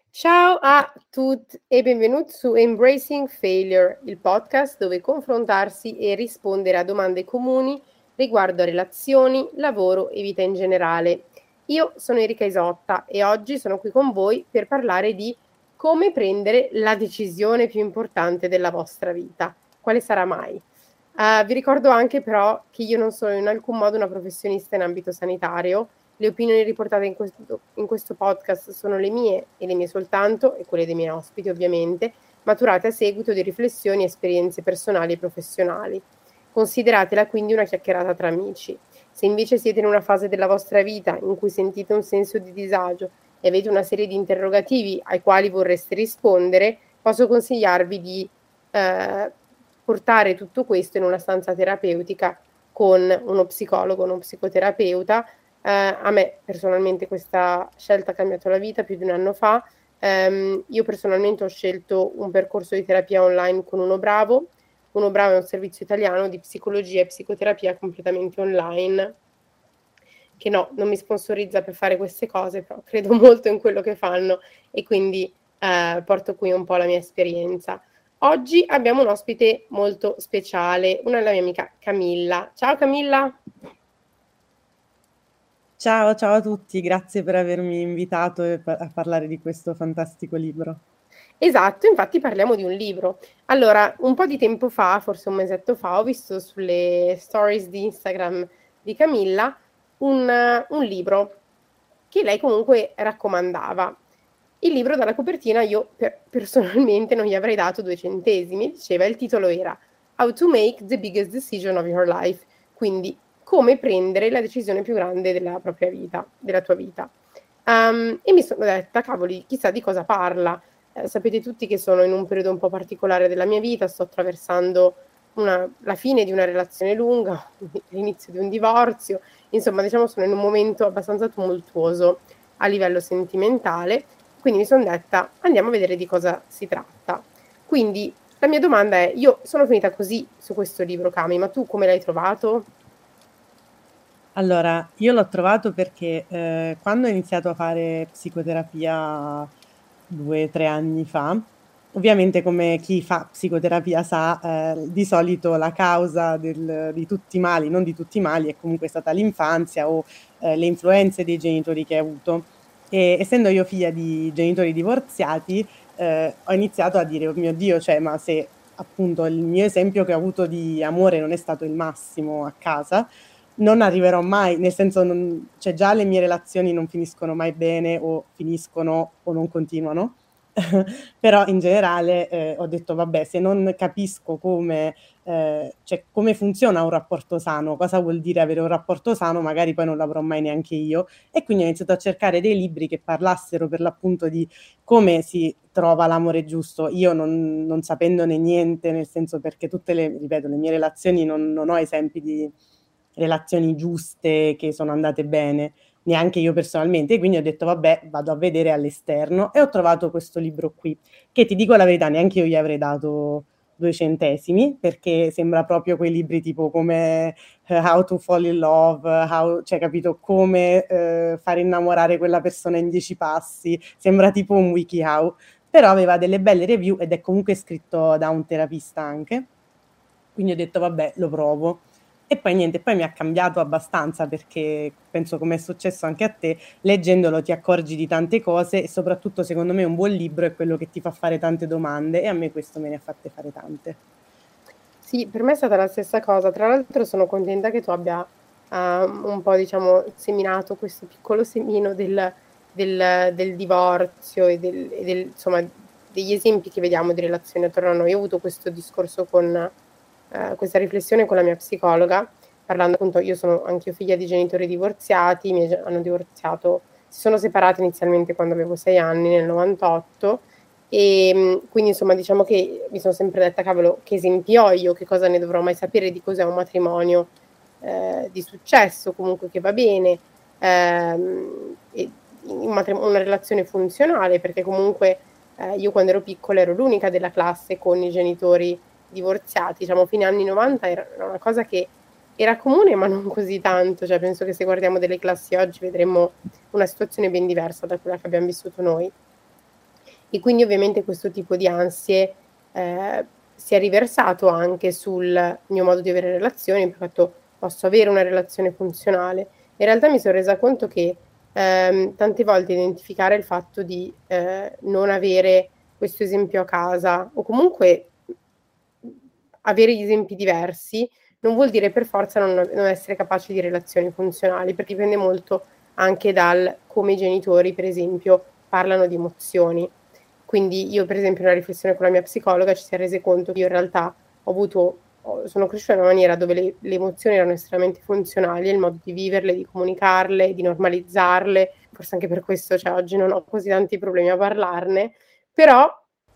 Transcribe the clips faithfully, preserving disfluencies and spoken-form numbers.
Ciao a tutti e benvenuti su Embracing Failure, il podcast dove confrontarsi e rispondere a domande comuni riguardo a relazioni, lavoro e vita in generale. Io sono Erika Isotta e oggi sono qui con voi per parlare di come prendere la decisione più importante della vostra vita. Quale sarà mai? Uh, vi ricordo anche però che io non sono in alcun modo una professionista in ambito sanitario. Le opinioni riportate in questo, in questo podcast sono le mie e le mie soltanto, e quelle dei miei ospiti ovviamente, maturate a seguito di riflessioni e esperienze personali e professionali. Consideratela quindi una chiacchierata tra amici. Se invece siete in una fase della vostra vita in cui sentite un senso di disagio e avete una serie di interrogativi ai quali vorreste rispondere, posso consigliarvi di eh, portare tutto questo in una stanza terapeutica con uno psicologo, uno psicoterapeuta. Eh, a me personalmente questa scelta ha cambiato la vita più di un anno fa. Um, io personalmente ho scelto un percorso di terapia online con Uno Bravo. Uno Bravo è un servizio italiano di psicologia e psicoterapia completamente online, che no, non mi sponsorizza per fare queste cose, però credo molto in quello che fanno e quindi eh, porto qui un po' la mia esperienza. Oggi abbiamo un ospite molto speciale, una della mia amica Camilla. Ciao Camilla! Ciao, ciao a tutti, grazie per avermi invitato a parlare di questo fantastico libro. Esatto, infatti parliamo di un libro. Allora, un po' di tempo fa, forse un mesetto fa, ho visto sulle stories di Instagram di Camilla un, un libro che lei comunque raccomandava. Il libro dalla copertina io per, personalmente non gli avrei dato due centesimi, diceva, il titolo era How to Make the Biggest Decision of Your Life, quindi come prendere la decisione più grande della propria vita, della tua vita. Um, e mi sono detta, cavoli, chissà di cosa parla. Eh, sapete tutti che sono in un periodo un po' particolare della mia vita, sto attraversando una, la fine di una relazione lunga, l'inizio di un divorzio, insomma diciamo sono in un momento abbastanza tumultuoso a livello sentimentale, quindi mi sono detta andiamo a vedere di cosa si tratta. Quindi la mia domanda è, io sono finita così su questo libro, Cami, ma tu come l'hai trovato? Allora, io l'ho trovato perché eh, quando ho iniziato a fare psicoterapia due o tre anni fa, ovviamente come chi fa psicoterapia sa, eh, di solito la causa del, di tutti i mali, non di tutti i mali, è comunque stata l'infanzia o eh, le influenze dei genitori che hai avuto. E essendo io figlia di genitori divorziati, eh, ho iniziato a dire, oh mio Dio, cioè, ma se appunto il mio esempio che ho avuto di amore non è stato il massimo a casa, non arriverò mai, nel senso, non, cioè già le mie relazioni non finiscono mai bene o finiscono o non continuano, però in generale eh, ho detto vabbè, se non capisco come, eh, cioè, come funziona un rapporto sano, cosa vuol dire avere un rapporto sano, magari poi non l'avrò mai neanche io, e quindi ho iniziato a cercare dei libri che parlassero per l'appunto di come si trova l'amore giusto, io non, non sapendone niente, nel senso perché tutte le, ripeto, le mie relazioni non, non ho esempi di relazioni giuste che sono andate bene, neanche io personalmente, e quindi ho detto vabbè, vado a vedere all'esterno e ho trovato questo libro qui, che ti dico la verità, neanche io gli avrei dato due centesimi, perché sembra proprio quei libri tipo come uh, How to Fall in Love, how, cioè capito, come uh, fare innamorare quella persona in dieci passi, sembra tipo un WikiHow, però aveva delle belle review ed è comunque scritto da un terapista anche, quindi ho detto vabbè, lo provo. E poi niente, poi mi ha cambiato abbastanza perché penso come è successo anche a te, leggendolo ti accorgi di tante cose e soprattutto secondo me un buon libro è quello che ti fa fare tante domande e a me questo me ne ha fatte fare tante. Sì, per me è stata la stessa cosa. Tra l'altro sono contenta che tu abbia uh, un po', diciamo, seminato questo piccolo semino del, del, del divorzio e, del, e del, insomma, degli esempi che vediamo di relazioni attorno a noi. Io ho avuto questo discorso con uh, questa riflessione con la mia psicologa, parlando appunto, io sono anche io figlia di genitori divorziati, mi hanno divorziato, si sono separati inizialmente quando avevo sei anni, nel novantotto, e quindi insomma diciamo che mi sono sempre detta cavolo, che esempi ho io, che cosa ne dovrò mai sapere di cos'è un matrimonio eh, di successo, comunque che va bene, ehm, e un matrim- una relazione funzionale, perché comunque eh, io quando ero piccola ero l'unica della classe con i genitori divorziati, diciamo fine anni novanta era una cosa che era comune ma non così tanto, cioè penso che se guardiamo delle classi oggi vedremo una situazione ben diversa da quella che abbiamo vissuto noi. E quindi ovviamente questo tipo di ansie eh, si è riversato anche sul mio modo di avere relazioni, perché ho detto posso avere una relazione funzionale. In realtà mi sono resa conto che ehm, tante volte identificare il fatto di eh, non avere questo esempio a casa o comunque avere gli esempi diversi non vuol dire per forza non, non essere capaci di relazioni funzionali, perché dipende molto anche dal come i genitori, per esempio, parlano di emozioni. Quindi io, per esempio, in una riflessione con la mia psicologa ci si è rese conto che io in realtà ho avuto, sono cresciuta in una maniera dove le, le emozioni erano estremamente funzionali, il modo di viverle, di comunicarle, di normalizzarle, forse anche per questo, cioè, oggi non ho così tanti problemi a parlarne, però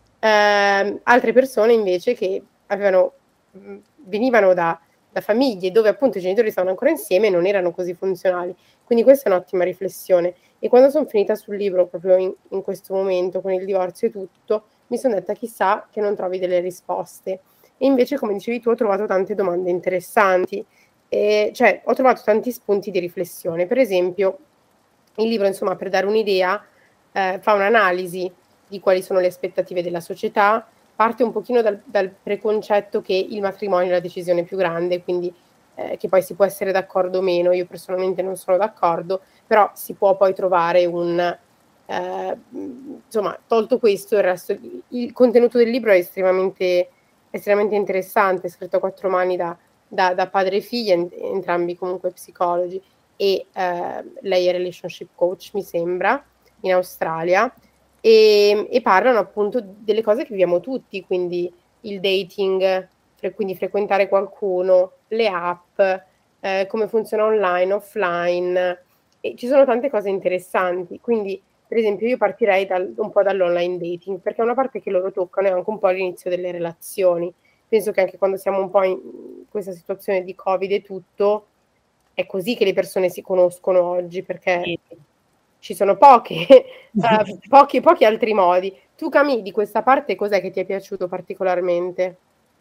ehm, altre persone invece che avevano, mh, venivano da, da famiglie dove appunto i genitori stavano ancora insieme e non erano così funzionali. Quindi questa è un'ottima riflessione. E quando sono finita sul libro, proprio in, in questo momento, con il divorzio e tutto, mi sono detta chissà che non trovi delle risposte. E invece, come dicevi tu, ho trovato tante domande interessanti. E, cioè, ho trovato tanti spunti di riflessione. Per esempio, il libro, insomma, per dare un'idea, eh, fa un'analisi di quali sono le aspettative della società, parte un pochino dal, dal preconcetto che il matrimonio è la decisione più grande, quindi eh, che poi si può essere d'accordo o meno. Io personalmente non sono d'accordo, però si può poi trovare un... Eh, insomma, tolto questo, il resto, il contenuto del libro è estremamente, estremamente interessante, è scritto a quattro mani da, da, da padre e figlia, entrambi comunque psicologi, e eh, lei è relationship coach, mi sembra, in Australia, e, e parlano appunto delle cose che viviamo tutti, quindi il dating, fre- quindi frequentare qualcuno, le app, eh, come funziona online, offline, e ci sono tante cose interessanti. Quindi, per esempio, io partirei dal, un po' dall'online dating, perché è una parte che loro toccano è anche un po' l'inizio delle relazioni. Penso che anche quando siamo un po' in questa situazione di Covid e tutto, è così che le persone si conoscono oggi, perché Sì. ci sono poche, uh, pochi, pochi altri modi. Tu, Camille, di questa parte cos'è che ti è piaciuto particolarmente?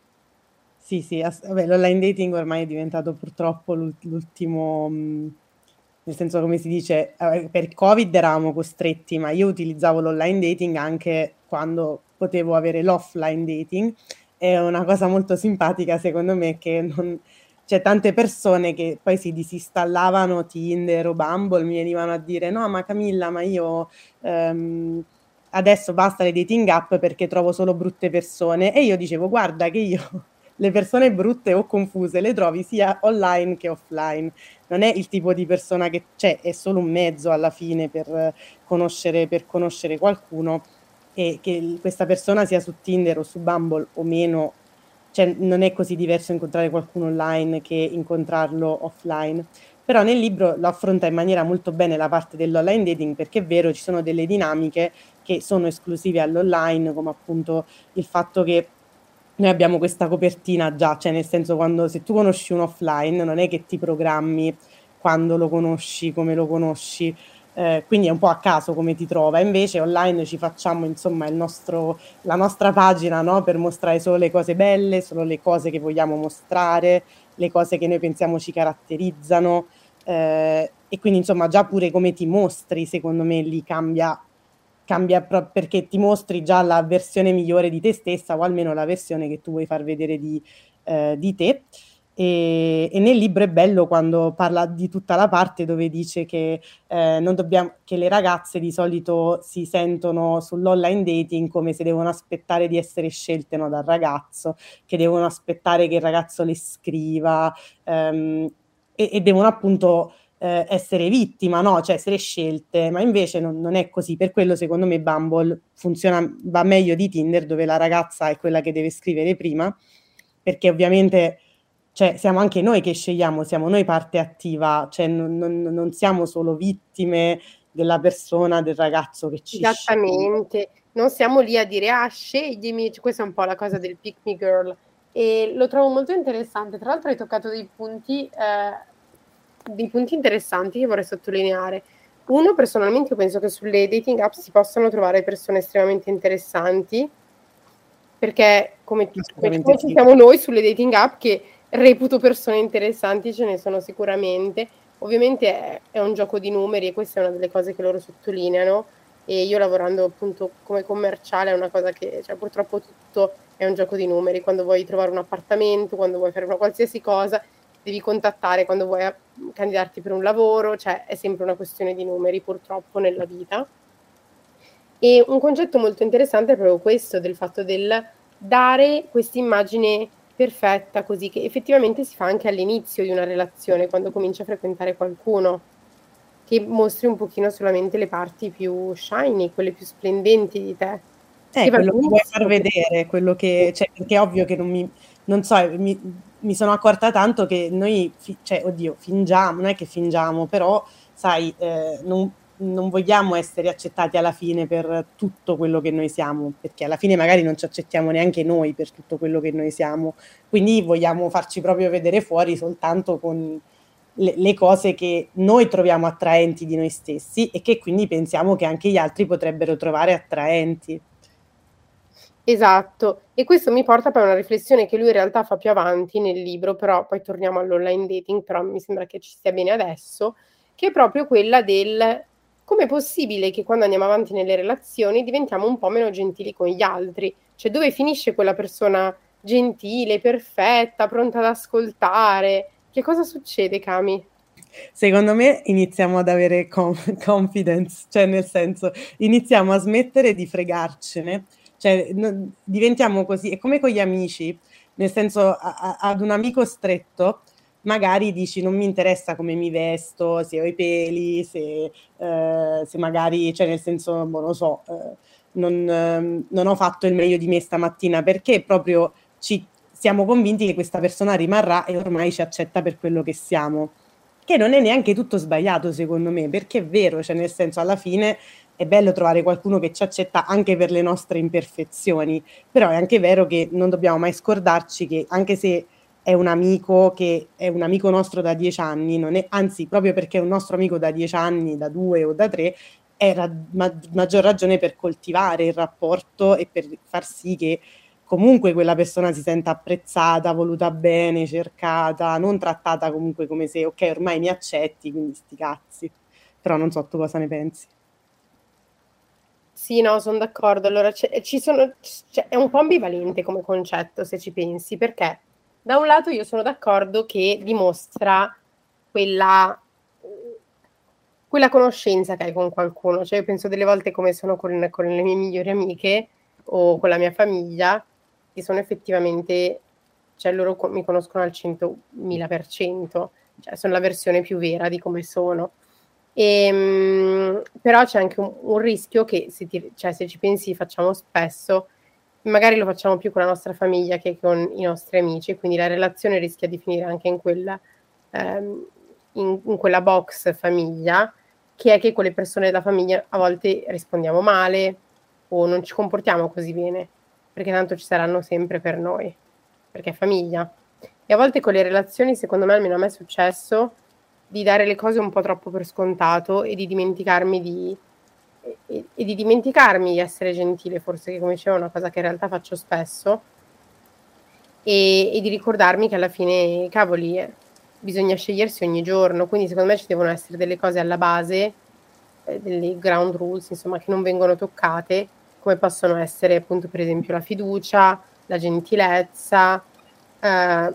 Sì, sì, ass- vabbè, l'online dating ormai è diventato purtroppo l'ult- l'ultimo, mh, nel senso come si dice, eh, per il Covid eravamo costretti, ma io utilizzavo l'online dating anche quando potevo avere l'offline dating. È una cosa molto simpatica secondo me che non... C'è tante persone che poi si disinstallavano Tinder o Bumble, mi venivano a dire no, ma Camilla, ma io... ehm, adesso basta le dating app perché trovo solo brutte persone e io dicevo guarda che io le persone brutte o confuse le trovi sia online che offline. Non è il tipo di persona che c'è, è solo un mezzo alla fine per eh, conoscere, per conoscere qualcuno, e che il- questa persona sia su Tinder o su Bumble o meno, cioè non è così diverso incontrare qualcuno online che incontrarlo offline. Però nel libro lo affronta in maniera molto bene la parte dell'online dating, perché è vero, ci sono delle dinamiche che sono esclusive all'online, come appunto il fatto che noi abbiamo questa copertina già, cioè nel senso quando se tu conosci un offline non è che ti programmi quando lo conosci, come lo conosci, eh, quindi è un po' a caso come ti trova. Invece online ci facciamo insomma il nostro, la nostra pagina, no? Per mostrare solo le cose belle, solo le cose che vogliamo mostrare, le cose che noi pensiamo ci caratterizzano, eh, e quindi insomma già pure come ti mostri secondo me lì cambia cambia pro- perché ti mostri già la versione migliore di te stessa o almeno la versione che tu vuoi far vedere di, eh, di te. E, e nel libro è bello quando parla di tutta la parte dove dice che, eh, non dobbiamo, che le ragazze di solito si sentono sull'online dating come se devono aspettare di essere scelte, no, dal ragazzo, che devono aspettare che il ragazzo le scriva, ehm, e, e devono appunto eh, essere vittima, no? Cioè essere scelte, ma invece non, non è così. Per quello secondo me Bumble funziona, va meglio di Tinder, dove la ragazza è quella che deve scrivere prima, perché ovviamente cioè, siamo anche noi che scegliamo, siamo noi parte attiva, cioè non, non- non siamo solo vittime della persona, del ragazzo che ci sceglie. Esattamente, non siamo lì a dire ah sceglimi, cioè, questa è un po' la cosa del pick me girl e lo trovo molto interessante. Tra l'altro hai toccato dei punti, eh, dei punti interessanti che vorrei sottolineare. Uno, personalmente io penso che sulle dating app si possano trovare persone estremamente interessanti, perché come, come, Assolutamente come ci sì. siamo noi sulle dating app che reputo persone interessanti, ce ne sono sicuramente. Ovviamente è, è un gioco di numeri e questa è una delle cose che loro sottolineano e io lavorando appunto come commerciale è una cosa che, cioè purtroppo tutto è un gioco di numeri, quando vuoi trovare un appartamento, quando vuoi fare una qualsiasi cosa, devi contattare, quando vuoi a- candidarti per un lavoro, cioè è sempre una questione di numeri purtroppo nella vita. E un concetto molto interessante è proprio questo, del fatto del dare questa immagine perfetta, così che effettivamente si fa anche all'inizio di una relazione, quando cominci a frequentare qualcuno, che mostri un pochino solamente le parti più shiny, quelle più splendenti di te, che Eh, va quello che vuoi far benissimo. vedere, quello che, cioè, perché è ovvio che non mi, non so, mi, mi sono accorta tanto che noi, fi- cioè, oddio, fingiamo, non è che fingiamo, però, sai, eh, non, non vogliamo essere accettati alla fine per tutto quello che noi siamo, perché alla fine magari non ci accettiamo neanche noi per tutto quello che noi siamo, quindi vogliamo farci proprio vedere fuori soltanto con le, le cose che noi troviamo attraenti di noi stessi e che quindi pensiamo che anche gli altri potrebbero trovare attraenti. Esatto, e questo mi porta poi a una riflessione che lui in realtà fa più avanti nel libro, però poi torniamo all'online dating, però mi sembra che ci stia bene adesso, che è proprio quella del come è possibile che quando andiamo avanti nelle relazioni diventiamo un po' meno gentili con gli altri, cioè dove finisce quella persona gentile, perfetta, pronta ad ascoltare? Che cosa succede, Cami? Secondo me iniziamo ad avere con- confidence, cioè nel senso iniziamo a smettere di fregarcene, cioè non- diventiamo così, è come con gli amici, nel senso a- a- ad un amico stretto magari dici non mi interessa come mi vesto, se ho i peli, se, eh, se magari, cioè nel senso, boh, non lo so, eh, non, ehm, non ho fatto il meglio di me stamattina perché proprio ci siamo convinti che questa persona rimarrà e ormai ci accetta per quello che siamo. Che non è neanche tutto sbagliato, secondo me, perché è vero, cioè nel senso, alla fine è bello trovare qualcuno che ci accetta anche per le nostre imperfezioni, però è anche vero che non dobbiamo mai scordarci che anche se è un amico che è un amico nostro da dieci anni, non è, anzi, proprio perché è un nostro amico da dieci anni, da due o da tre, è ra- ma- maggior ragione per coltivare il rapporto e per far sì che comunque quella persona si senta apprezzata, voluta bene, cercata, non trattata comunque come se, ok, ormai mi accetti, quindi sti cazzi. Però non so tu cosa ne pensi. Sì, no, son d'accordo. Allora c'è ci sono cioè è un po' ambivalente come concetto se ci pensi, perché da un lato io sono d'accordo che dimostra quella uhm, quella conoscenza che hai con qualcuno. Cioè io penso delle volte come sono con con le mie migliori amiche o con la mia famiglia, che sono effettivamente cioè loro co mi conoscono al centomila per cento, cioè son la versione più vera di come sono. Ehm, però c'è anche un un rischio che se ti cioè se ci pensi facciamo spesso, magari lo facciamo più con la nostra famiglia che con i nostri amici, quindi la relazione rischia di finire anche in quella ehm, in in quella box famiglia, che è che con le persone della famiglia a volte rispondiamo male o non ci comportiamo così bene, perché tanto ci saranno sempre per noi, perché è famiglia. E a volte con le relazioni, secondo me, almeno a me è successo, di dare le cose un po' troppo per scontato e di dimenticarmi di e e e di dimenticarmi di essere gentile, forse che come dicevo è una cosa che in realtà faccio spesso, e e di ricordarmi che alla fine, cavoli, eh, bisogna scegliersi ogni giorno, quindi secondo me ci devono essere delle cose alla base, ehm, delle ground rules insomma che non vengono toccate, come possono essere appunto per esempio la fiducia, la gentilezza, ehm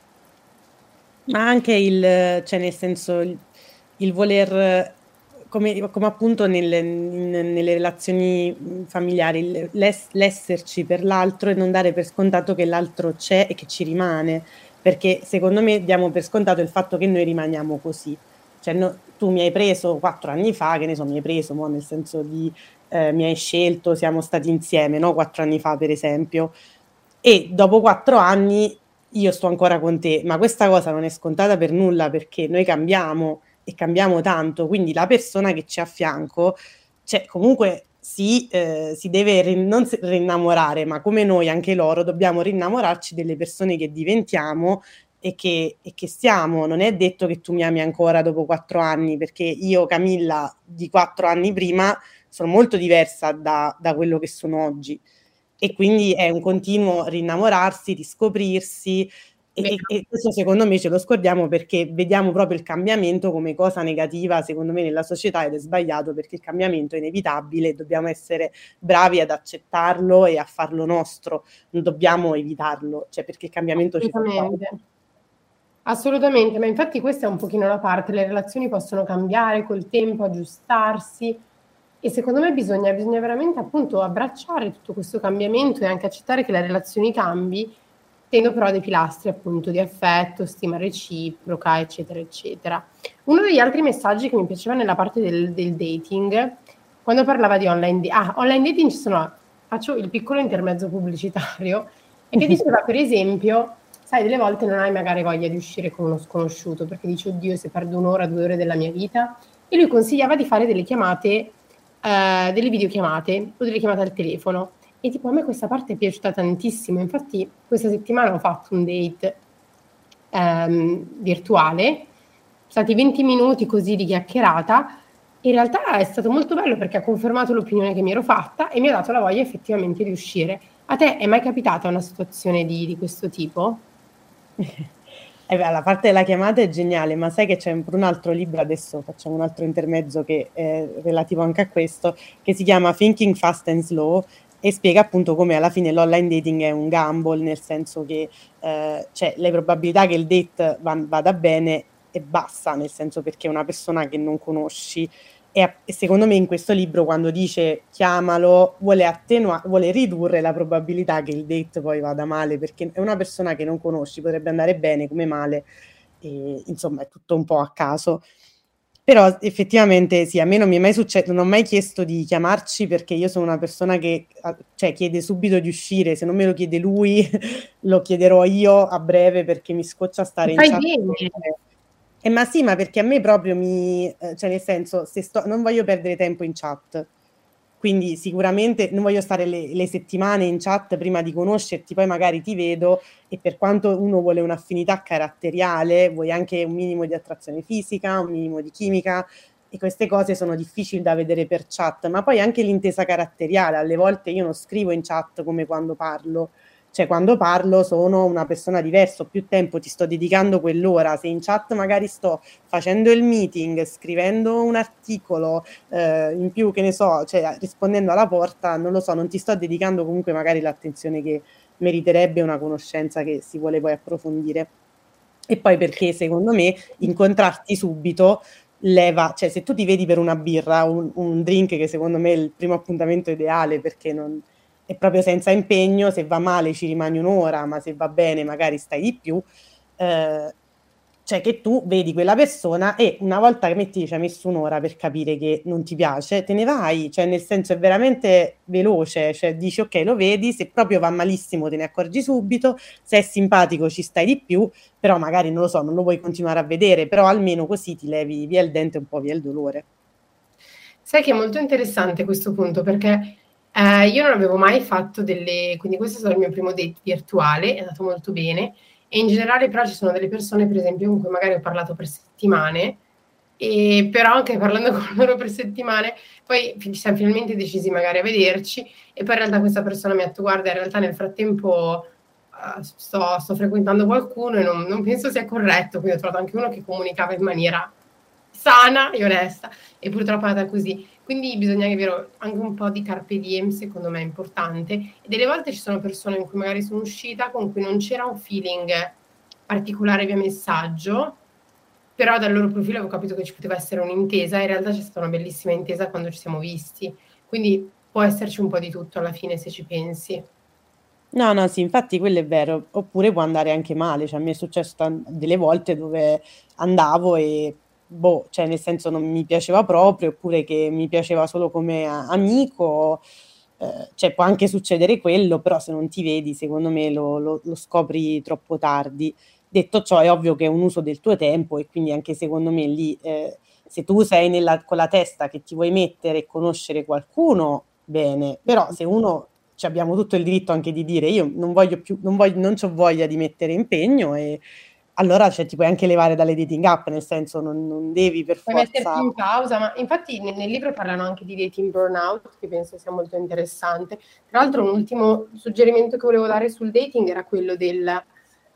Ma anche il, cioè nel senso, il, il voler, come, come appunto nelle, in- nelle relazioni mh, familiari, il- l'ess- l'esserci per l'altro e non dare per scontato che l'altro c'è e che ci rimane, perché secondo me diamo per scontato il fatto che noi rimaniamo così. Cioè, no- tu mi hai preso quattro anni fa, che ne so, mi hai preso, mo, nel senso di eh, mi hai scelto, siamo stati insieme, no? Quattro anni fa, per esempio, e dopo quattro anni io sto ancora con te, ma questa cosa non è scontata per nulla perché noi cambiamo e cambiamo tanto, quindi la persona che c'è a fianco, cioè comunque si, eh, si deve rin- non si- rinnamorare, ma come noi anche loro dobbiamo rinnamorarci delle persone che diventiamo e che, e che siamo. Non è detto che tu mi ami ancora dopo quattro anni, perché io, Camilla, di quattro anni prima, sono molto diversa da, da quello che sono oggi. E quindi è un continuo rinnamorarsi, riscoprirsi, E, e, e questo secondo me ce lo scordiamo perché vediamo proprio il cambiamento come cosa negativa secondo me nella società, ed è sbagliato perché il cambiamento è inevitabile e dobbiamo essere bravi ad accettarlo e a farlo nostro, non dobbiamo evitarlo, cioè perché il cambiamento ci fa paura. Assolutamente, ma infatti questa è un pochino la parte, le relazioni possono cambiare col tempo, aggiustarsi, e secondo me bisogna, bisogna veramente appunto abbracciare tutto questo cambiamento e anche accettare che la relazione cambi, tendo però dei pilastri appunto di affetto, stima reciproca, eccetera, eccetera. Uno degli altri messaggi che mi piaceva nella parte del, del dating, quando parlava di online, di, ah, online dating ci sono, faccio il piccolo intermezzo pubblicitario, e che diceva per esempio, sai, delle volte non hai magari voglia di uscire con uno sconosciuto perché dici oddio se perdo un'ora, due ore della mia vita, e lui consigliava di fare delle chiamate, eh, delle videochiamate o delle chiamate al telefono. E tipo a me questa parte è piaciuta tantissimo, infatti questa settimana ho fatto un date ehm, virtuale, sono stati venti minuti così di chiacchierata, in realtà è stato molto bello perché ha confermato l'opinione che mi ero fatta e mi ha dato la voglia effettivamente di uscire. A te è mai capitata una situazione di, di questo tipo? Eh beh, la parte della chiamata è geniale, ma sai che c'è un, un altro libro, adesso facciamo un altro intermezzo che è relativo anche a questo, che si chiama Thinking Fast and Slow e spiega appunto come alla fine l'online dating è un gamble, nel senso che eh, cioè, le probabilità che il date va, vada bene è bassa, nel senso perché una persona che non conosci, e, e secondo me in questo libro quando dice chiamalo vuole attenuare, vuole ridurre la probabilità che il date poi vada male, perché è una persona che non conosci, potrebbe andare bene come male, e, insomma è tutto un po' a caso. Però effettivamente sì, a me non mi è mai successo, non ho mai chiesto di chiamarci perché io sono una persona che cioè, chiede subito di uscire, se non me lo chiede lui lo chiederò io a breve perché mi scoccia stare in Fai chat. bene. Eh, ma sì, ma perché a me proprio mi, eh, cioè nel senso, se sto, non voglio perdere tempo in chat, quindi sicuramente non voglio stare le, le settimane in chat prima di conoscerti, poi magari ti vedo e per quanto uno vuole un'affinità caratteriale, vuoi anche un minimo di attrazione fisica, un minimo di chimica, e queste cose sono difficili da vedere per chat, ma poi anche l'intesa caratteriale, alle volte io non scrivo in chat come quando parlo, cioè quando parlo sono una persona diversa, ho più tempo, ti sto dedicando quell'ora, se in chat magari sto facendo il meeting, scrivendo un articolo, eh, in più che ne so, cioè rispondendo alla porta, non lo so, non ti sto dedicando comunque magari l'attenzione che meriterebbe una conoscenza che si vuole poi approfondire. E poi perché secondo me incontrarti subito leva, cioè se tu ti vedi per una birra, un, un drink che secondo me è il primo appuntamento ideale perché non è proprio senza impegno, se va male ci rimani un'ora, ma se va bene magari stai di più, eh, cioè che tu vedi quella persona e una volta che metti ci hai messo un'ora per capire che non ti piace, te ne vai, cioè nel senso è veramente veloce, cioè dici ok lo vedi, se proprio va malissimo te ne accorgi subito, se è simpatico ci stai di più, però magari non lo so, non lo vuoi continuare a vedere, però almeno così ti levi via il dente e un po' via il dolore. Sai che è molto interessante questo punto perché eh, io non avevo mai fatto delle, quindi questo è stato il mio primo date virtuale, è andato molto bene, e in generale però ci sono delle persone per esempio con cui magari ho parlato per settimane, e però anche parlando con loro per settimane poi ci siamo finalmente decisi magari a vederci, e poi in realtà questa persona mi ha detto guarda in realtà nel frattempo uh, sto, sto frequentando qualcuno e non, non penso sia corretto, quindi ho trovato anche uno che comunicava in maniera sana e onesta, e purtroppo è andata così. Quindi bisogna avere anche un po' di carpe diem, secondo me è importante, e delle volte ci sono persone con cui magari sono uscita con cui non c'era un feeling particolare via messaggio, però dal loro profilo avevo capito che ci poteva essere un'intesa, e in realtà c'è stata una bellissima intesa quando ci siamo visti, quindi può esserci un po' di tutto alla fine se ci pensi. No, no, sì, infatti quello è vero, oppure può andare anche male, cioè a me è successo tan- delle volte dove andavo e boh, cioè nel senso non mi piaceva proprio, oppure che mi piaceva solo come a- amico, eh, cioè può anche succedere quello, però se non ti vedi, secondo me lo, lo- lo scopri troppo tardi. Detto ciò, è ovvio che è un uso del tuo tempo e quindi anche secondo me lì, eh, se tu sei nella- con la testa che ti vuoi mettere e conoscere qualcuno, bene, però se uno cioè abbiamo tutto il diritto anche di dire io non voglio più, non voglio, non c'ho voglia di mettere impegno e allora cioè, ti puoi anche levare dalle dating app, nel senso non, non devi per Puoi metterti forza. in pausa, ma infatti nel, nel libro parlano anche di dating burnout, che penso sia molto interessante. Tra l'altro un ultimo suggerimento che volevo dare sul dating era quello del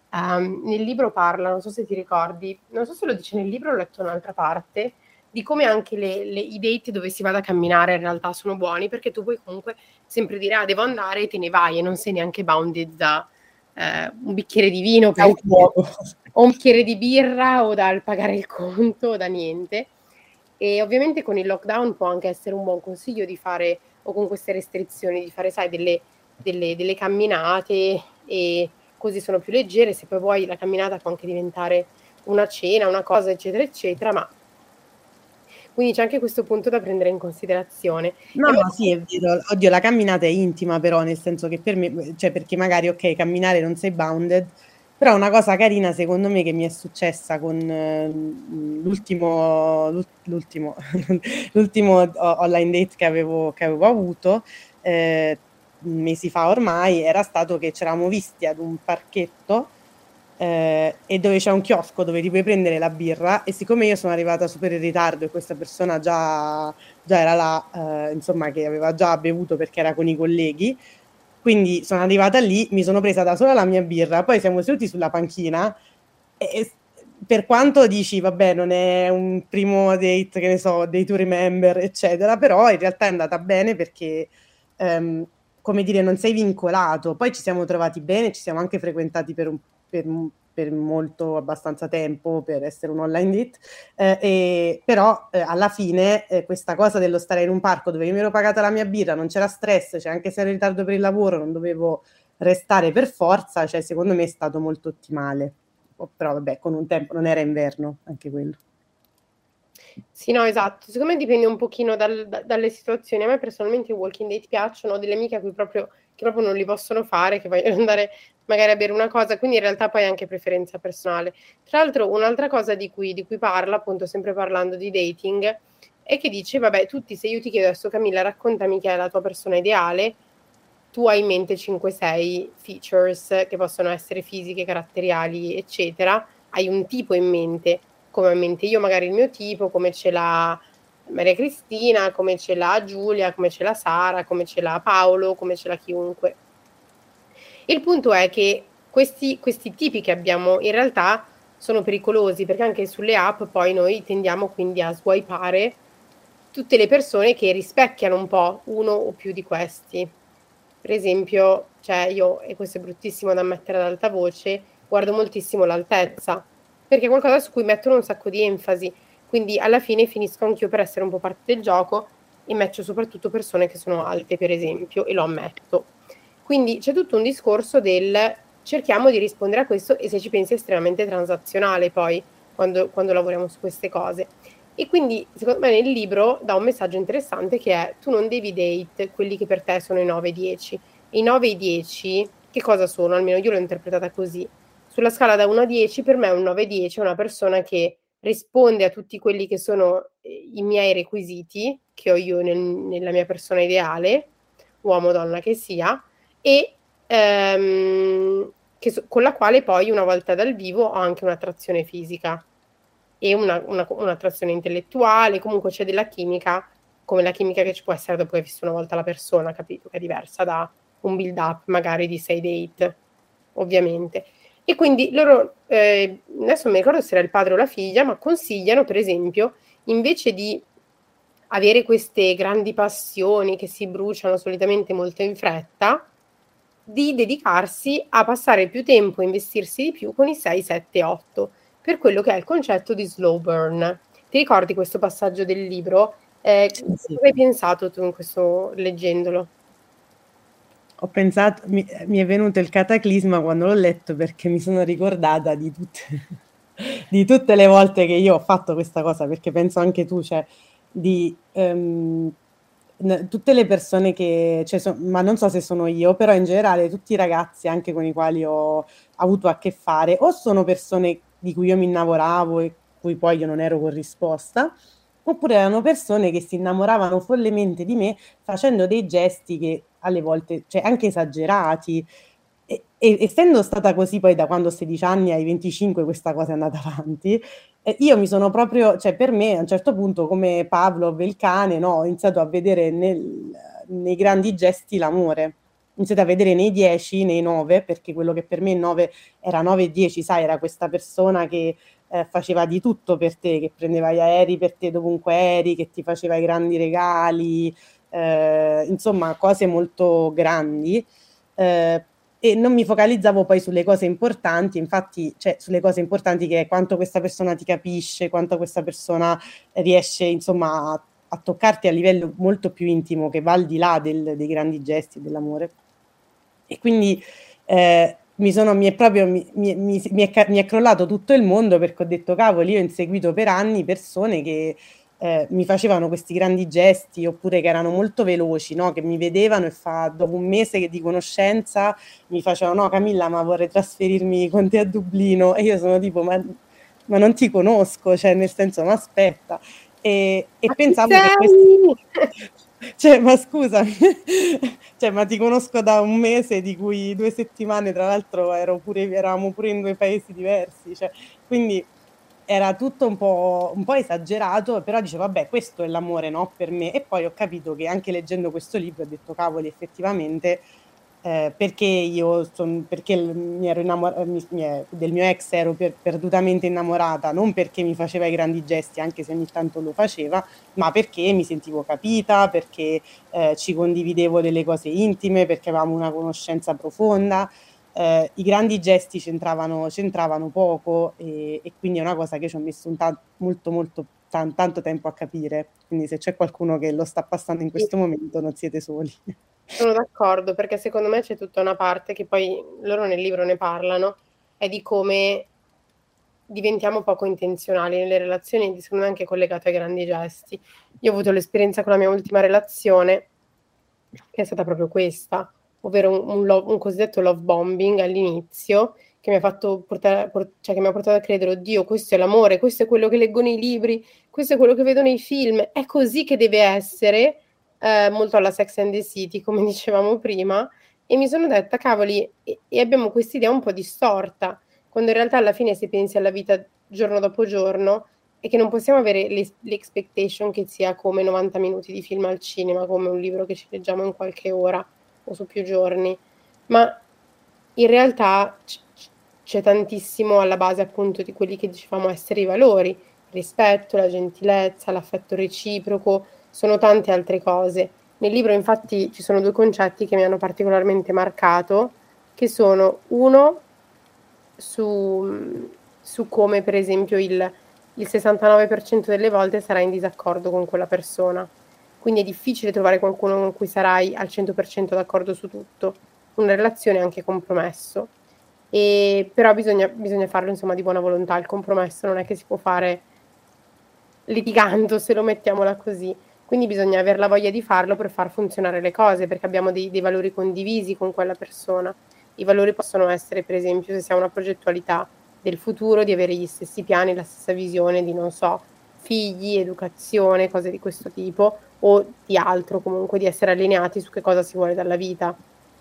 Um, nel libro parla, non so se ti ricordi, non so se lo dice nel libro o l'ho letto da un'altra parte, di come anche le, le, i date dove si vada a camminare in realtà sono buoni, perché tu puoi comunque sempre dire ah devo andare e te ne vai e non sei neanche bounded da eh, un bicchiere di vino per o un bicchiere di birra o dal pagare il conto o da niente. E ovviamente con il lockdown può anche essere un buon consiglio di fare, o con queste restrizioni, di fare sai delle, delle, delle camminate, e così sono più leggere. Se poi vuoi la camminata può anche diventare una cena, una cosa eccetera eccetera, ma quindi c'è anche questo punto da prendere in considerazione. No, no, sì, è vero. Oddio, la camminata è intima però, nel senso che per me, cioè perché magari, ok, camminare non sei bounded, però una cosa carina secondo me che mi è successa con eh, l'ultimo, l'ultimo, l'ultimo online date che avevo, che avevo avuto, eh, mesi fa ormai, era stato che ci eravamo visti ad un parchetto eh, e dove c'è un chiosco dove ti puoi prendere la birra, e siccome io sono arrivata super in ritardo e questa persona già, già era là, eh, insomma che aveva già bevuto perché era con i colleghi, quindi sono arrivata lì, mi sono presa da sola la mia birra, poi siamo seduti sulla panchina e, e per quanto dici vabbè non è un primo date, che ne so, day to remember eccetera, però in realtà è andata bene perché ehm, come dire, non sei vincolato. Poi ci siamo trovati bene, ci siamo anche frequentati per un Per, per molto abbastanza tempo per essere un online date, eh, e, però eh, alla fine eh, questa cosa dello stare in un parco dove io mi ero pagata la mia birra, non c'era stress, cioè anche se ero in ritardo per il lavoro non dovevo restare per forza, cioè secondo me è stato molto ottimale. Oh, però vabbè, con un tempo, non era inverno anche quello. Sì, no, esatto. Secondo me dipende un pochino dal, da, dalle situazioni. A me personalmente i walking date piacciono, ho delle amiche a cui proprio, che proprio non li possono fare, che vogliono andare magari a bere una cosa, quindi in realtà poi è anche preferenza personale. Tra l'altro un'altra cosa di cui, di cui parla, appunto sempre parlando di dating, è che dice, vabbè, tutti, se io ti chiedo adesso Camilla, raccontami chi è la tua persona ideale, tu hai in mente cinque sei features che possono essere fisiche, caratteriali, eccetera, hai un tipo in mente, come ho in mente io magari il mio tipo, come ce l'ha Maria Cristina, come ce l'ha Giulia, come ce l'ha Sara, come ce l'ha Paolo, come ce l'ha chiunque. Il punto è che questi, questi tipi che abbiamo in realtà sono pericolosi, perché anche sulle app poi noi tendiamo quindi a swipeare tutte le persone che rispecchiano un po' uno o più di questi. Per esempio, cioè io, e questo è bruttissimo da ammettere ad alta voce, guardo moltissimo l'altezza, perché è qualcosa su cui mettono un sacco di enfasi, quindi alla fine finisco anch'io per essere un po' parte del gioco e matcho soprattutto persone che sono alte, per esempio, e lo ammetto. Quindi c'è tutto un discorso del cerchiamo di rispondere a questo, e se ci pensi è estremamente transazionale poi quando, quando lavoriamo su queste cose. E quindi secondo me nel libro dà un messaggio interessante, che è: tu non devi date quelli che per te sono i nove dieci. I nove e i dieci che cosa sono? Almeno io l'ho interpretata così. Sulla scala da uno a dieci, per me un nove dieci è una persona che risponde a tutti quelli che sono i miei requisiti che ho io nel, nella mia persona ideale, uomo o donna che sia, e ehm, che so, con la quale poi una volta dal vivo ho anche un'attrazione fisica e una, una, un'attrazione intellettuale, comunque c'è della chimica, come la chimica che ci può essere dopo che hai visto una volta la persona, capito? Che è diversa da un build up magari di sei date, ovviamente. E quindi loro, eh, adesso non mi ricordo se era il padre o la figlia, ma consigliano per esempio, invece di avere queste grandi passioni che si bruciano solitamente molto in fretta, di dedicarsi a passare più tempo, investirsi di più con i sei, sette, otto, per quello che è il concetto di slow burn. Ti ricordi questo passaggio del libro? Eh, Sì, sì. cosa hai pensato tu in questo, leggendolo? Ho pensato, mi, mi è venuto il cataclisma quando l'ho letto, perché mi sono ricordata di tutte, di tutte le volte che io ho fatto questa cosa, perché penso anche tu, cioè, di ehm, n- tutte le persone che, cioè, so- ma non so se sono io, però in generale tutti i ragazzi anche con i quali ho avuto a che fare, o sono persone di cui io mi innamoravo e cui poi io non ero corrisposta, oppure erano persone che si innamoravano follemente di me facendo dei gesti che alle volte, cioè anche esagerati. E, e essendo stata così poi da quando ho sedici anni ai venticinque, questa cosa è andata avanti, eh, io mi sono proprio, cioè per me a un certo punto, come Pavlov il cane, no, ho iniziato a vedere nel- nei grandi gesti l'amore. iniziato a vedere nei dieci, nei nove, perché quello che per me nove era nove e dieci, sai, era questa persona che eh, faceva di tutto per te, che prendeva gli aerei per te dovunque eri, che ti faceva i grandi regali, eh, insomma cose molto grandi. Eh, e non mi focalizzavo poi sulle cose importanti, infatti, cioè sulle cose importanti, che è quanto questa persona ti capisce, quanto questa persona riesce, insomma, a, a toccarti a livello molto più intimo, che va al di là del, dei grandi gesti dell'amore. E quindi eh, mi sono, mi è proprio, mi, mi, mi, mi è, mi è crollato tutto il mondo, perché ho detto, cavoli, io ho inseguito per anni persone che eh, mi facevano questi grandi gesti, oppure che erano molto veloci, no? Che mi vedevano e fa, dopo un mese di conoscenza mi facevano, no Camilla, ma vorrei trasferirmi con te a Dublino, e io sono tipo, ma, ma non ti conosco, cioè nel senso, ma aspetta. E, e Ma chi pensavo che questo... sei? Cioè, ma scusami, cioè, ma ti conosco da un mese, di cui due settimane, tra l'altro, ero pure, eravamo pure in due paesi diversi, cioè, quindi era tutto un po', un po' esagerato, però dicevo, vabbè, questo è l'amore, no, per me. E poi ho capito che anche leggendo questo libro ho detto, cavoli, effettivamente, eh, perché io son, perché mi ero innamorata del mio ex, ero per, perdutamente innamorata, non perché mi faceva i grandi gesti, anche se ogni tanto lo faceva, ma perché mi sentivo capita, perché eh, ci condividevo delle cose intime, perché avevamo una conoscenza profonda. Eh, I grandi gesti c'entravano, c'entravano poco, e, e quindi è una cosa che ci ho messo un ta- molto molto tan- tanto tempo a capire, quindi se c'è qualcuno che lo sta passando in questo momento non siete soli. Sono d'accordo, perché secondo me c'è tutta una parte che poi loro nel libro ne parlano, è di come diventiamo poco intenzionali nelle relazioni, secondo me anche collegato ai grandi gesti. Io ho avuto l'esperienza con la mia ultima relazione, che è stata proprio questa, ovvero un, un, love, un cosiddetto love bombing all'inizio, che mi ha fatto portare, por- cioè che mi ha portato a credere, oddio, questo è l'amore, questo è quello che leggo nei libri, questo è quello che vedo nei film, è così che deve essere, eh, molto alla Sex and the City, come dicevamo prima, e mi sono detta, cavoli, e, e abbiamo quest'idea un po' distorta, quando in realtà alla fine se pensi alla vita giorno dopo giorno, è che non possiamo avere l'expectation che sia come novanta minuti di film al cinema, come un libro che ci leggiamo in qualche ora o su più giorni, ma in realtà c- c'è tantissimo alla base appunto di quelli che dicevamo essere i valori, il rispetto, la gentilezza, l'affetto reciproco, sono tante altre cose. Nel libro infatti ci sono due concetti che mi hanno particolarmente marcato, che sono uno su, su come per esempio il, il sessantanove per cento delle volte sarai in disaccordo con quella persona. Quindi è difficile trovare qualcuno con cui sarai al cento per cento d'accordo su tutto. Una relazione è anche compromesso. E, però bisogna, bisogna farlo insomma di buona volontà. Il compromesso non è che si può fare litigando, se lo mettiamola così. Quindi bisogna avere la voglia di farlo per far funzionare le cose, perché abbiamo dei, dei valori condivisi con quella persona. I valori possono essere, per esempio, se si ha una progettualità del futuro, di avere gli stessi piani, la stessa visione di, non so, figli, educazione, cose di questo tipo, o di altro, comunque di essere allineati su che cosa si vuole dalla vita.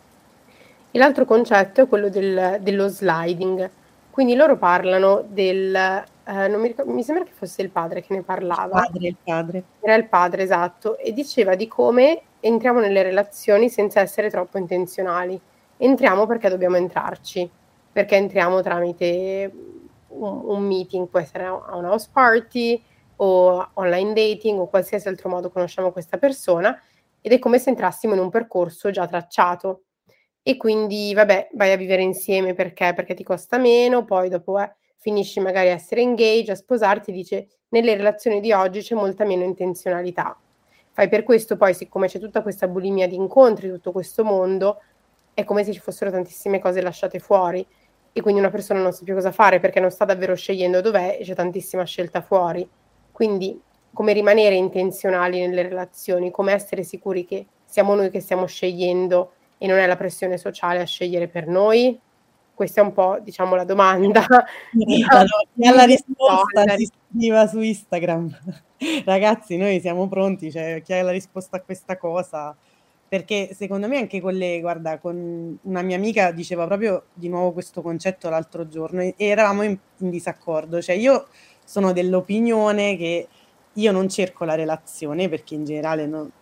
E l'altro concetto è quello del, dello sliding. Quindi loro parlano del, eh, non mi, ricordo, mi sembra che fosse il padre che ne Il parlava, padre, il padre. era il padre, esatto, e diceva di come entriamo nelle relazioni senza essere troppo intenzionali. Entriamo perché dobbiamo entrarci, perché entriamo tramite un, un meeting, può essere a un house party o online dating o qualsiasi altro modo conosciamo questa persona, ed è come se entrassimo in un percorso già tracciato. E quindi, vabbè, vai a vivere insieme perché? Perché ti costa meno, poi dopo eh, finisci magari a essere engaged, a sposarti, dice nelle relazioni di oggi c'è molta meno intenzionalità. Fai per questo poi, siccome c'è tutta questa bulimia di incontri, tutto questo mondo, è come se ci fossero tantissime cose lasciate fuori e quindi una persona non sa più cosa fare perché non sta davvero scegliendo dov'è e c'è tantissima scelta fuori. Quindi come rimanere intenzionali nelle relazioni, come essere sicuri che siamo noi che stiamo scegliendo e non è la pressione sociale a scegliere per noi? Questa è un po', diciamo, la domanda. La, chi ha la risposta Dollari. si scriva su Instagram. Ragazzi, noi siamo pronti, cioè chi ha la risposta a questa cosa? Perché secondo me anche con le, guarda, con una mia amica diceva proprio di nuovo questo concetto l'altro giorno e eravamo in, in disaccordo. Cioè io sono dell'opinione che io non cerco la relazione perché in generale non,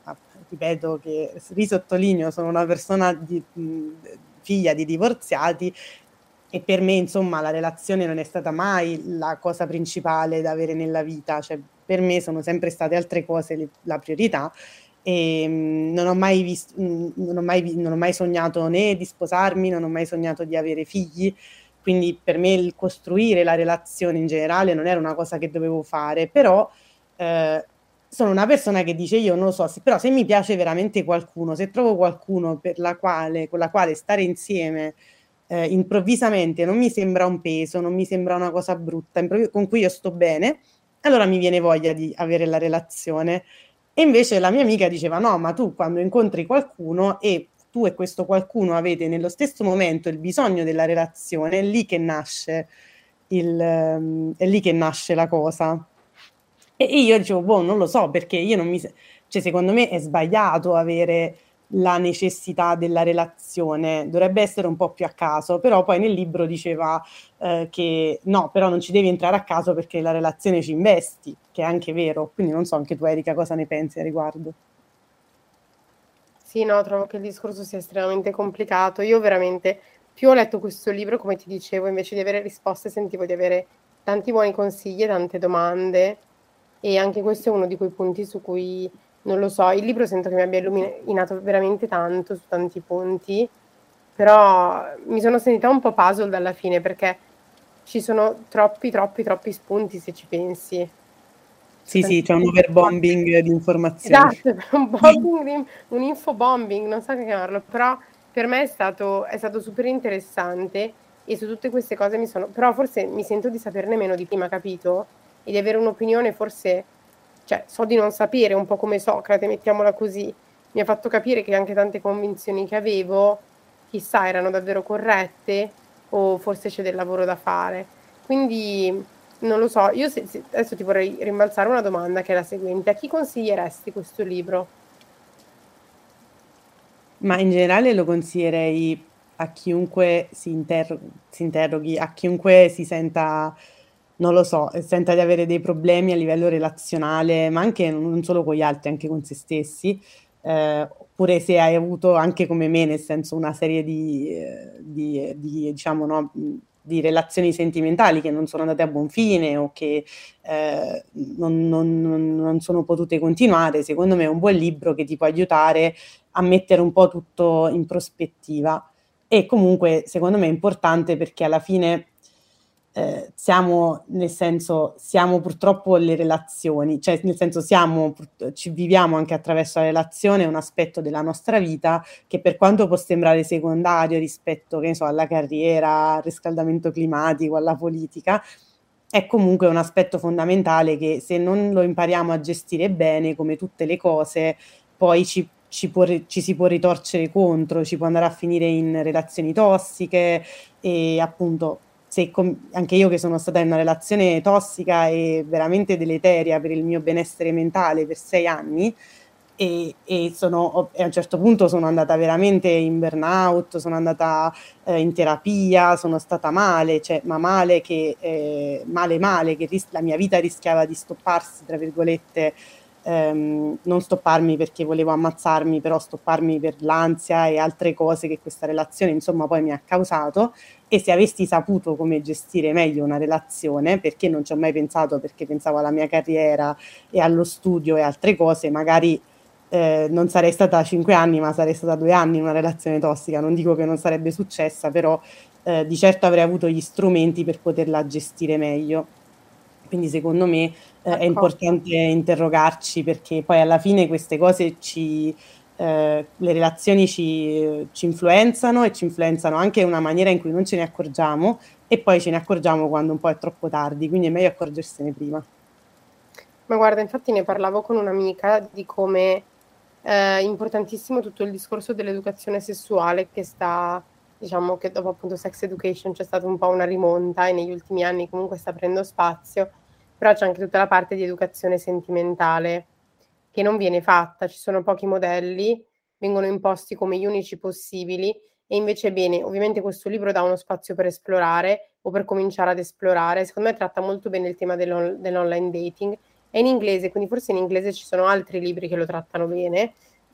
ripeto che risottolineo, sono una persona di, mh, figlia di divorziati, e per me insomma la relazione non è stata mai la cosa principale da avere nella vita, cioè per me sono sempre state altre cose le, la priorità. E mh, non ho mai visto, mh, non ho mai, vi- non ho mai sognato né di sposarmi, non ho mai sognato di avere figli, quindi per me il costruire la relazione in generale non era una cosa che dovevo fare, però eh, sono una persona che dice io non lo so, se, però se mi piace veramente qualcuno, se trovo qualcuno per la quale, con la quale stare insieme eh, improvvisamente non mi sembra un peso, non mi sembra una cosa brutta, improvvi- con cui io sto bene, allora mi viene voglia di avere la relazione. E invece la mia amica diceva: no, ma tu quando incontri qualcuno e tu e questo qualcuno avete nello stesso momento il bisogno della relazione, è lì che nasce il, ehm, è lì che nasce la cosa. E e io dicevo, boh, non lo so, perché io non mi... se- cioè, secondo me è sbagliato avere la necessità della relazione, dovrebbe essere un po' più a caso, però poi nel libro diceva eh, che no, però non ci devi entrare a caso perché la relazione ci investi, che è anche vero, quindi non so anche tu Erika cosa ne pensi a riguardo. Sì, no, trovo che il discorso sia estremamente complicato. Io veramente, più ho letto questo libro, come ti dicevo, invece di avere risposte, sentivo di avere tanti buoni consigli e tante domande. E anche questo è uno di quei punti su cui, non lo so, il libro sento che mi abbia illuminato veramente tanto su tanti punti, però mi sono sentita un po' puzzle dalla fine perché ci sono troppi, troppi, troppi spunti se ci pensi. Su Sì, sì, c'è un tantissime cose. overbombing di informazioni. Esatto, un bombing, di- un infobombing, non so che chiamarlo, però per me è stato, è stato super interessante e su tutte queste cose mi sono, però forse mi sento di saperne meno di prima, capito? E di avere un'opinione forse, cioè so di non sapere, un po' come Socrate, mettiamola così, mi ha fatto capire che anche tante convinzioni che avevo, chissà, erano davvero corrette o forse c'è del lavoro da fare. Quindi non lo so, io se- se- adesso ti vorrei rimbalzare una domanda che è la seguente: a chi consiglieresti questo libro? Ma in generale lo consiglierei a chiunque si, inter- si interroghi, a chiunque si senta, non lo so, eh, senta di avere dei problemi a livello relazionale, ma anche non solo con gli altri, anche con se stessi, eh, oppure se hai avuto anche come me, nel senso una serie di, eh, di, di, diciamo, no, mh, di relazioni sentimentali che non sono andate a buon fine o che eh, non, non non- non sono potute continuare, secondo me è un buon libro che ti può aiutare a mettere un po' tutto in prospettiva. E comunque secondo me è importante perché alla fine eh, siamo, nel senso, siamo purtroppo le relazioni, cioè nel senso siamo, pur- ci viviamo anche attraverso la relazione, un aspetto della nostra vita che per quanto può sembrare secondario rispetto, che ne so, alla carriera, al riscaldamento climatico, alla politica, è comunque un aspetto fondamentale che se non lo impariamo a gestire bene, come tutte le cose, poi ci, ci può ri- ci si può ritorcere contro, ci può andare a finire in relazioni tossiche e appunto se com- anche io che sono stata in una relazione tossica e veramente deleteria per il mio benessere mentale per sei anni e, e sono, e a un certo punto sono andata veramente in burnout, sono andata eh, in terapia, sono stata male, cioè, ma male che eh, male male, che ris- la mia vita rischiava di stopparsi, tra virgolette, ehm, non stopparmi perché volevo ammazzarmi, però stopparmi per l'ansia e altre cose che questa relazione, insomma, poi mi ha causato. E se avessi saputo come gestire meglio una relazione, perché non ci ho mai pensato, perché pensavo alla mia carriera e allo studio e altre cose, magari eh, non sarei stata cinque anni, ma sarei stata due anni in una relazione tossica. Non dico che non sarebbe successa, però eh, di certo avrei avuto gli strumenti per poterla gestire meglio. Quindi secondo me eh, è D'accordo. importante interrogarci perché poi alla fine queste cose ci, eh, le relazioni ci, ci influenzano e ci influenzano anche in una maniera in cui non ce ne accorgiamo e poi ce ne accorgiamo quando un po' è troppo tardi, quindi è meglio accorgersene prima. Ma guarda, infatti ne parlavo con un'amica di come è importantissimo tutto il discorso dell'educazione sessuale che sta, diciamo che dopo appunto Sex Education c'è stata un po' una rimonta e negli ultimi anni comunque sta prendendo spazio, però c'è anche tutta la parte di educazione sentimentale che non viene fatta, ci sono pochi modelli, vengono imposti come gli unici possibili e invece è bene, ovviamente questo libro dà uno spazio per esplorare o per cominciare ad esplorare, secondo me tratta molto bene il tema dell'on- dell'online dating, è in inglese, quindi forse in inglese ci sono altri libri che lo trattano bene,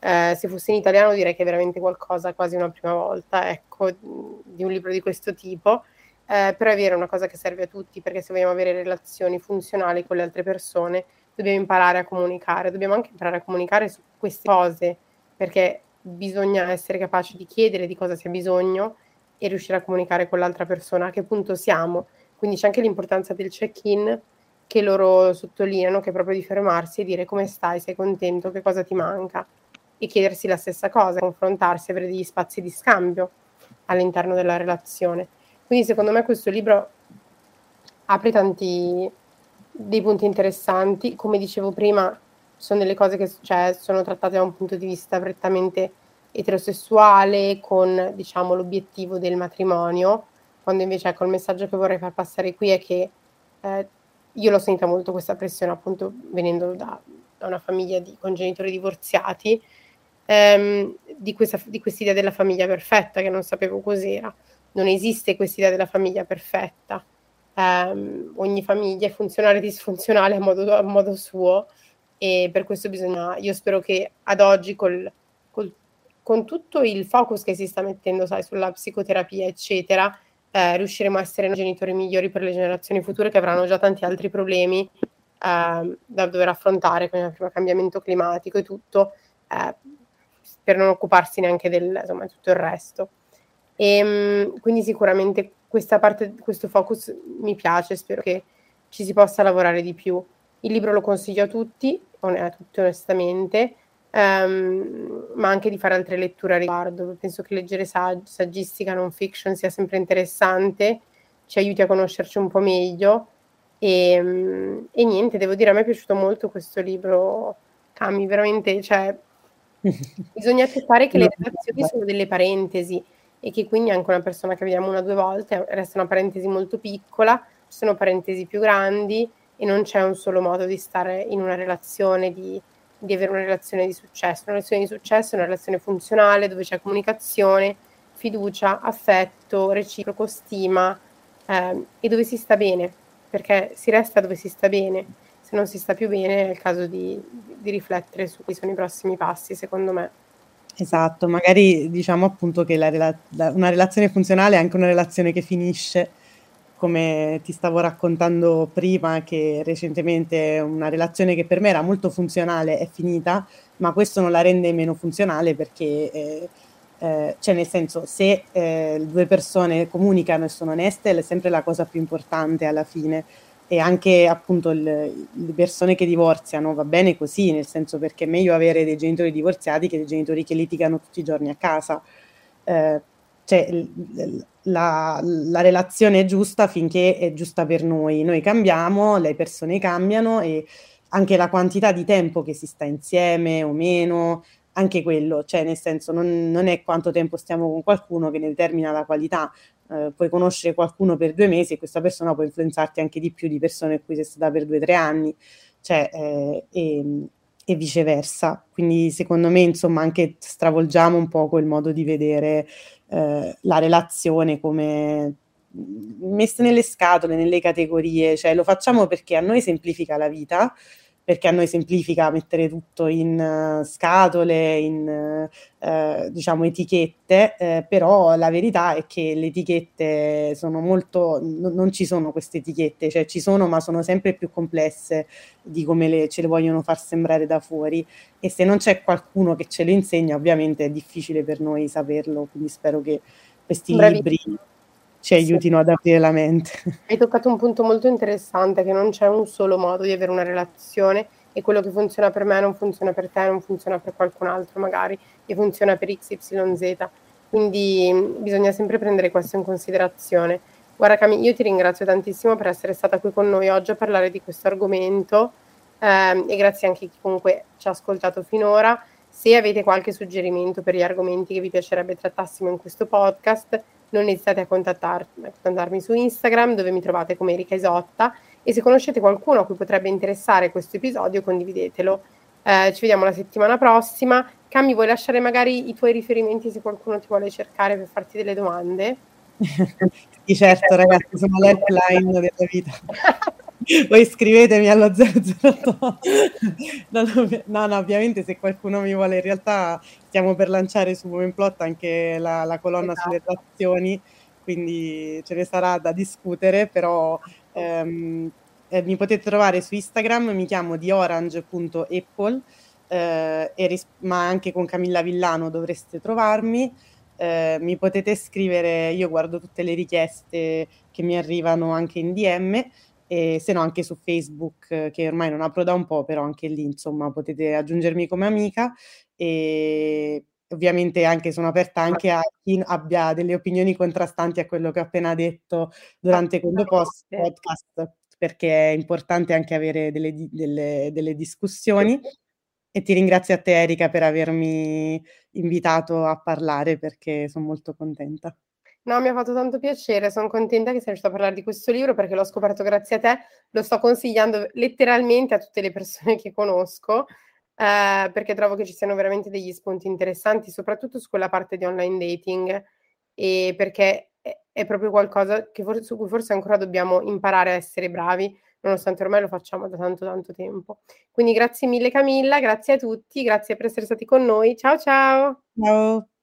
Eh, se fosse in italiano direi che è veramente qualcosa, quasi una prima volta, ecco, di un libro di questo tipo, eh, però è vero, è una cosa che serve a tutti, perché se vogliamo avere relazioni funzionali con le altre persone, dobbiamo imparare a comunicare, dobbiamo anche imparare a comunicare su queste cose, perché bisogna essere capaci di chiedere di cosa si ha bisogno e riuscire a comunicare con l'altra persona a che punto siamo. Quindi c'è anche l'importanza del check-in, che loro sottolineano, che è proprio di fermarsi e dire come stai, sei contento, che cosa ti manca, e chiedersi la stessa cosa, confrontarsi, avere degli spazi di scambio all'interno della relazione. Quindi secondo me questo libro apre tanti dei punti interessanti. Come dicevo prima, sono delle cose che, cioè, sono trattate da un punto di vista prettamente eterosessuale, con, diciamo, l'obiettivo del matrimonio, quando invece, ecco, il messaggio che vorrei far passare qui è che eh, io l'ho sentita molto questa pressione, appunto, venendo da, da una famiglia di, con genitori divorziati, ehm, di questa di quest'idea della famiglia perfetta, che non sapevo cos'era. Non esiste quest'idea della famiglia perfetta. Um, ogni famiglia è funzionale e disfunzionale a modo, a modo suo, e per questo bisogna, io spero che ad oggi col, col, con tutto il focus che si sta mettendo, sai, sulla psicoterapia eccetera, eh, riusciremo a essere genitori migliori per le generazioni future, che avranno già tanti altri problemi eh, da dover affrontare, come il cambiamento climatico e tutto, eh, per non occuparsi neanche del, insomma, tutto il resto. E quindi sicuramente questa parte, questo focus mi piace, spero che ci si possa lavorare di più. Il libro lo consiglio a tutti, a tutti onestamente, um, ma anche di fare altre letture a riguardo. Penso che leggere sag- saggistica non fiction sia sempre interessante, ci aiuti a conoscerci un po' meglio, e, e niente, devo dire, a me è piaciuto molto questo libro, Cami, veramente, cioè, bisogna accettare che le relazioni sono delle parentesi, e che quindi anche una persona che vediamo una o due volte resta una parentesi molto piccola, ci sono parentesi più grandi e non c'è un solo modo di stare in una relazione, di, di avere una relazione di successo. Una relazione di successo è una relazione funzionale dove c'è comunicazione, fiducia, affetto, reciproco, stima, eh, e dove si sta bene, perché si resta dove si sta bene. Se non si sta più bene è il caso di, di riflettere su quali sono i prossimi passi, secondo me. Esatto, magari diciamo appunto che la rela- la- una relazione funzionale è anche una relazione che finisce, come ti stavo raccontando prima, che recentemente una relazione che per me era molto funzionale è finita, ma questo non la rende meno funzionale, perché eh, eh, cioè nel senso, se eh, due persone comunicano e sono oneste è sempre la cosa più importante alla fine. E anche appunto il, le persone che divorziano va bene così, nel senso, perché è meglio avere dei genitori divorziati che dei genitori che litigano tutti i giorni a casa. Eh, cioè la, la relazione è giusta finché è giusta per noi. Noi cambiamo, le persone cambiano, e anche la quantità di tempo che si sta insieme o meno, anche quello, cioè nel senso non, non è quanto tempo stiamo con qualcuno che ne determina la qualità. Uh, puoi conoscere qualcuno per due mesi e questa persona può influenzarti anche di più di persone con cui sei stata per due o tre anni, cioè, eh, e, e viceversa. Quindi secondo me, insomma, anche stravolgiamo un poco il modo di vedere eh, la relazione come messa nelle scatole, nelle categorie, cioè lo facciamo perché a noi semplifica la vita, perché a noi semplifica mettere tutto in uh, scatole, in uh, diciamo etichette, eh, però la verità è che le etichette sono molto, n- non ci sono queste etichette, cioè ci sono, ma sono sempre più complesse di come le, ce le vogliono far sembrare da fuori, e se non c'è qualcuno che ce lo insegna ovviamente è difficile per noi saperlo, quindi spero che questi Bravissimo. libri ci aiutino sì. ad aprire la mente. Hai toccato un punto molto interessante, che non c'è un solo modo di avere una relazione, e quello che funziona per me non funziona per te, non funziona per qualcun altro magari, e funziona per X Y Z, quindi bisogna sempre prendere questo in considerazione. Guarda Cami, io ti ringrazio tantissimo per essere stata qui con noi oggi a parlare di questo argomento, ehm, e grazie anche a chi comunque ci ha ascoltato finora. Se avete qualche suggerimento per gli argomenti che vi piacerebbe trattassimo in questo podcast, non esitate a, contattar- a contattarmi su Instagram, dove mi trovate come Erika Isotta, e se conoscete qualcuno a cui potrebbe interessare questo episodio, condividetelo. Eh, ci vediamo la settimana prossima. Cami, vuoi lasciare magari i tuoi riferimenti se qualcuno ti vuole cercare per farti delle domande? Sì, certo, ragazzi, sono l'helpline della vita. Poi scrivetemi allo zero zero otto. No, no, no, no, ovviamente se qualcuno mi vuole in realtà stiamo per lanciare su Womenplot anche la la colonna sulle Esatto. relazioni, quindi ce ne sarà da discutere, però, Esatto. ehm, ehm, mi potete trovare su Instagram, mi chiamo diorange punto apple, ehm, e ris ma anche con Camilla Villano dovreste trovarmi. Ehm, mi potete scrivere, io guardo tutte le richieste che mi arrivano anche in D M, e se no anche su Facebook, che ormai non apro da un po', però anche lì insomma potete aggiungermi come amica. E ovviamente anche sono aperta anche a chi n abbia delle opinioni contrastanti a quello che ho appena detto durante questo pos Assolutamente. podcast, perché è importante anche avere delle di delle delle discussioni. E ti ringrazio a te Erika per avermi invitato a parlare, perché son molto contenta. No, mi ha fatto tanto piacere, son contenta che sei riuscita a parlare di questo libro perché l'ho scoperto grazie a te, lo sto consigliando letteralmente a tutte le persone che conosco, ehm, perché trovo che ci siano veramente degli spunti interessanti, soprattutto su quella parte di online dating, e perché è è proprio qualcosa che for su cui forse ancora dobbiamo imparare a essere bravi, nonostante ormai lo facciamo da tanto, tanto tempo. Quindi grazie mille Camilla, grazie a tutti, grazie per essere stati con noi. Ciao, ciao. Ciao.